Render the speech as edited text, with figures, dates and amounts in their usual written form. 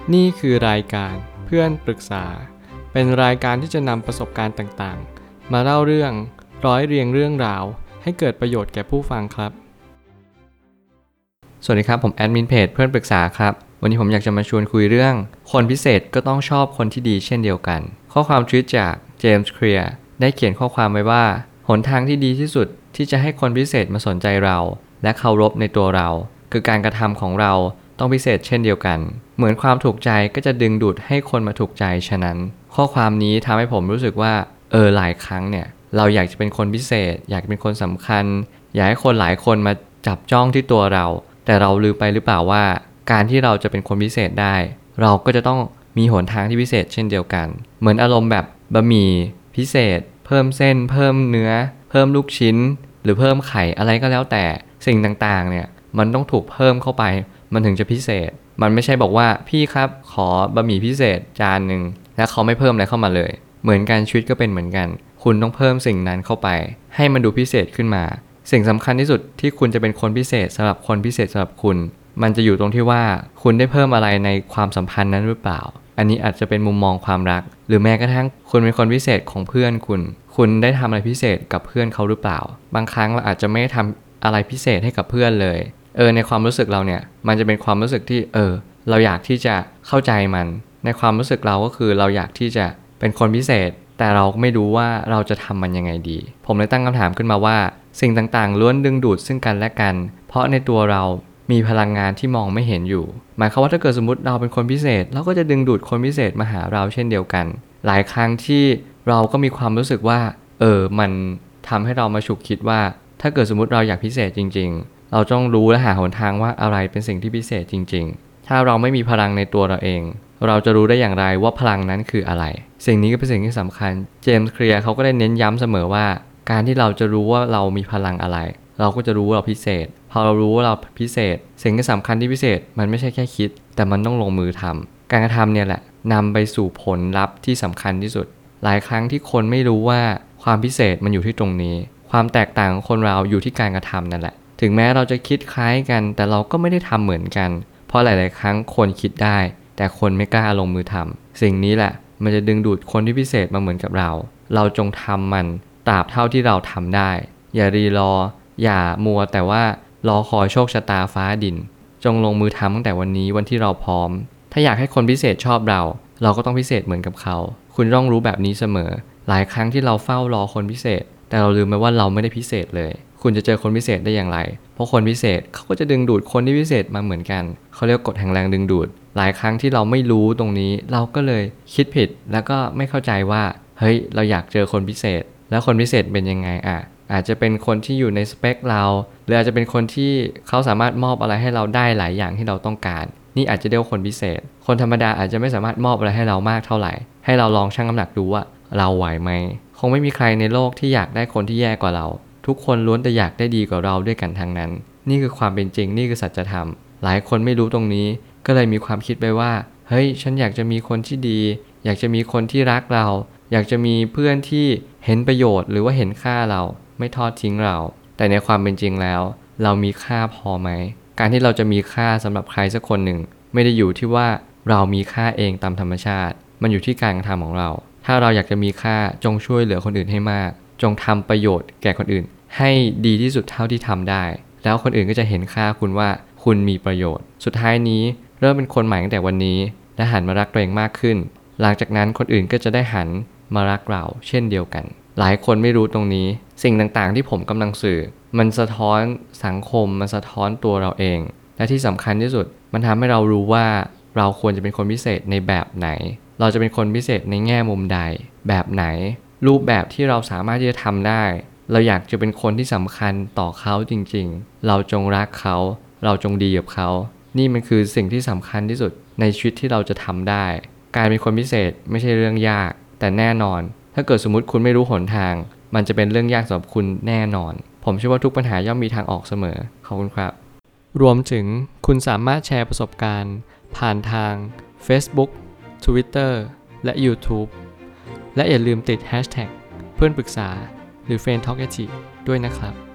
นี่คือรายการเพื่อนปรึกษาเป็นรายการที่จะนำประสบการณ์ต่างๆมาเล่าเรื่องร้อยเรียงเรื่องราวให้เกิดประโยชน์แก่ผู้ฟังครับสวัสดีครับผมแอดมินเพจเพื่อนปรึกษาครับวันนี้ผมอยากจะมาชวนคุยเรื่องคนพิเศษก็ต้องชอบคนที่ดีเช่นเดียวกันข้อความทวีตจากเจมส์เคลียร์ได้เขียนข้อความไว้ว่าหนทางที่ดีที่สุดที่จะให้คนพิเศษมาสนใจเราและเคารพในตัวเราคือการกระทำของเราต้องพิเศษเช่นเดียวกันเหมือนความถูกใจก็จะดึงดูดให้คนมาถูกใจฉะนั้นข้อความนี้ทำให้ผมรู้สึกว่าหลายครั้งเนี่ยเราอยากจะเป็นคนพิเศษอยากเป็นคนสำคัญอยากให้คนหลายคนมาจับจ้องที่ตัวเราแต่เราลืมไปหรือเปล่าว่าการที่เราจะเป็นคนพิเศษได้เราก็จะต้องมีหนทางที่พิเศษเช่นเดียวกันเหมือนอารมณ์แบบบะหมี่พิเศษเพิ่มเส้นเพิ่มเนื้อเพิ่มลูกชิ้นหรือเพิ่มไข่อะไรก็แล้วแต่สิ่งต่างๆเนี่ยมันต้องถูกเพิ่มเข้าไปมันถึงจะพิเศษมันไม่ใช่บอกว่าพี่ครับขอบะหมี่พิเศษจานนึงแล้วเขาไม่เพิ่มอะไรเข้ามาเลยเหมือนกันชีวิตก็เป็นเหมือนกันคุณต้องเพิ่มสิ่งนั้นเข้าไปให้มันดูพิเศษขึ้นมาสิ่งสำคัญที่สุดที่คุณจะเป็นคนพิเศษสำหรับคนพิเศษสำหรับคุณมันจะอยู่ตรงที่ว่าคุณได้เพิ่มอะไรในความสัมพันธ์นั้นหรือเปล่าอันนี้อาจจะเป็นมุมมองความรักหรือแม้กระทั่งคุณเป็นคนพิเศษของเพื่อนคุณได้ทำอะไรพิเศษกับเพื่อนเขาหรือเปล่าบางครั้งเราอาจจะไม่ทำอะไรพิเศษให้กับเพื่อนเลยในความรู้สึกเราเนี่ยมันจะเป็นความรู้สึกที่เราอยากที่จะเข้าใจมันในความรู้สึกเราก็คือเราอยากที่จะเป็นคนพิเศษแต่เราไม่รู้ว่าเราจะทำมันยังไงดีผมเลยตั้งคำถามขึ้นมาว่าสิ่งต่างๆล้วนดึงดูดซึ่งกันและกันเพราะในตัวเรามีพลังงานที่มองไม่เห็นอยู่หมายความว่าถ้าเกิดสมมติเราเป็นคนพิเศษเราก็จะดึงดูดคนพิเศษมาหาเราเช่นเดียวกันหลายครั้งที่เราก็มีความรู้สึกว่ามันทำให้เรามาฉุกคิดว่าถ้าเกิดสมมติเราอยากพิเศษจริงๆเราต้องรู้และหาหนทางว่าอะไรเป็นสิ่งที่พิเศษจริงๆถ้าเราไม่มีพลังในตัวเราเองเราจะรู้ได้อย่างไรว่าพลังนั้นคืออะไรสิ่งนี้ก็เป็นสิ่งที่สำคัญเจมส์เคลียร์เขาก็ได้เน้นย้ำเสมอว่าการที่เราจะรู้ว่าเรามีพลังอะไรเราก็จะรู้ว่าเราพิเศษพอเรารู้ว่าเราพิเศษสิ่งที่สำคัญที่พิเศษมันไม่ใช่แค่คิดแต่มันต้องลงมือทำการกระทำเนี่ยแหละนำไปสู่ผลลัพธ์ที่สำคัญที่สุดหลายครั้งที่คนไม่รู้ว่าความพิเศษมันอยู่ที่ตรงนี้ความแตกต่างของคนเราอยู่ที่การกระทำนั่นแหละถึงแม้เราจะคิดคล้ายกันแต่เราก็ไม่ได้ทำเหมือนกันเพราะหลายๆครั้งคนคิดได้แต่คนไม่กล้าลงมือทำสิ่งนี้แหละมันจะดึงดูดคนที่พิเศษมาเหมือนกับเราจงทำมันตราบเท่าที่เราทำได้อย่ารีรออย่ามัวแต่ว่ารอคอยโชคชะตาฟ้าดินจงลงมือทำตั้งแต่วันนี้วันที่เราพร้อมถ้าอยากให้คนพิเศษชอบเราก็ต้องพิเศษเหมือนกับเขาคุณต้องรู้แบบนี้เสมอหลายครั้งที่เราเฝ้ารอคนพิเศษแต่เราลืมไปว่าเราไม่ได้พิเศษเลยคุณจะเจอคนพิเศษได้อย่างไรเพราะคนพิเศษเขาก็จะดึงดูดคนที่พิเศษมาเหมือนกันเขาเรียกกฎแห่งแรงดึงดูดหลายครั้งที่เราไม่รู้ตรงนี้เราก็เลยคิดผิดแล้วก็ไม่เข้าใจว่าเฮ้ยเราอยากเจอคนพิเศษแล้วคนพิเศษเป็นยังไงอาจจะเป็นคนที่อยู่ในสเปคเราหรืออาจจะเป็นคนที่เขาสามารถมอบอะไรให้เราได้หลายอย่างที่เราต้องการนี่อาจจะเรียกว่าคนพิเศษคนธรรมดาอาจจะไม่สามารถมอบอะไรให้เรามากเท่าไหร่ให้เราลองชั่งน้ำหนักดูว่าเราไหวไหมคงไม่มีใครในโลกที่อยากได้คนที่แย่กว่าเราทุกคนล้วนแต่อยากได้ดีกว่าเราด้วยกันทั้งนั้นนี่คือความเป็นจริงนี่คือสัจธรรมหลายคนไม่รู้ตรงนี้ก็เลยมีความคิดไปว่าเฮ้ยฉันอยากจะมีคนที่ดีอยากจะมีคนที่รักเราอยากจะมีเพื่อนที่เห็นประโยชน์หรือว่าเห็นค่าเราไม่ทอดทิ้งเราแต่ในความเป็นจริงแล้วเรามีค่าพอไหมการที่เราจะมีค่าสำหรับใครสักคนหนึ่งไม่ได้อยู่ที่ว่าเรามีค่าเองตามธรรมชาติมันอยู่ที่การกระทำของเราถ้าเราอยากจะมีค่าจงช่วยเหลือคนอื่นให้มากจงทำประโยชน์แก่คนอื่นให้ดีที่สุดเท่าที่ทำได้แล้วคนอื่นก็จะเห็นค่าคุณว่าคุณมีประโยชน์สุดท้ายนี้เริ่มเป็นคนใหม่ตั้งแต่วันนี้และหันมารักตัวเองมากขึ้นหลังจากนั้นคนอื่นก็จะได้หันมารักเราเช่นเดียวกันหลายคนไม่รู้ตรงนี้สิ่งต่างๆที่ผมกำลังสื่อมันสะท้อนสังคมมันสะท้อนตัวเราเองและที่สำคัญที่สุดมันทำให้เรารู้ว่าเราควรจะเป็นคนพิเศษในแบบไหนเราจะเป็นคนพิเศษในแง่มุมใดแบบไหนรูปแบบที่เราสามารถที่จะทำได้เราอยากจะเป็นคนที่สำคัญต่อเขาจริงๆเราจงรักเขาเราจงดีกับเขานี่มันคือสิ่งที่สำคัญที่สุดในชีวิตที่เราจะทำได้การเป็นคนพิเศษไม่ใช่เรื่องยากแต่แน่นอนถ้าเกิดสมมุติคุณไม่รู้หนทางมันจะเป็นเรื่องยากสำหรับคุณแน่นอนผมเชื่อว่าทุกปัญหาย่อมมีทางออกเสมอขอบคุณครับรวมถึงคุณสามารถแชร์ประสบการณ์ผ่านทาง Facebook Twitter และ YouTube และอย่าลืมติด Hashtag เพื่อนปรึกษาหรือ Friend Talk ด้วยนะครับ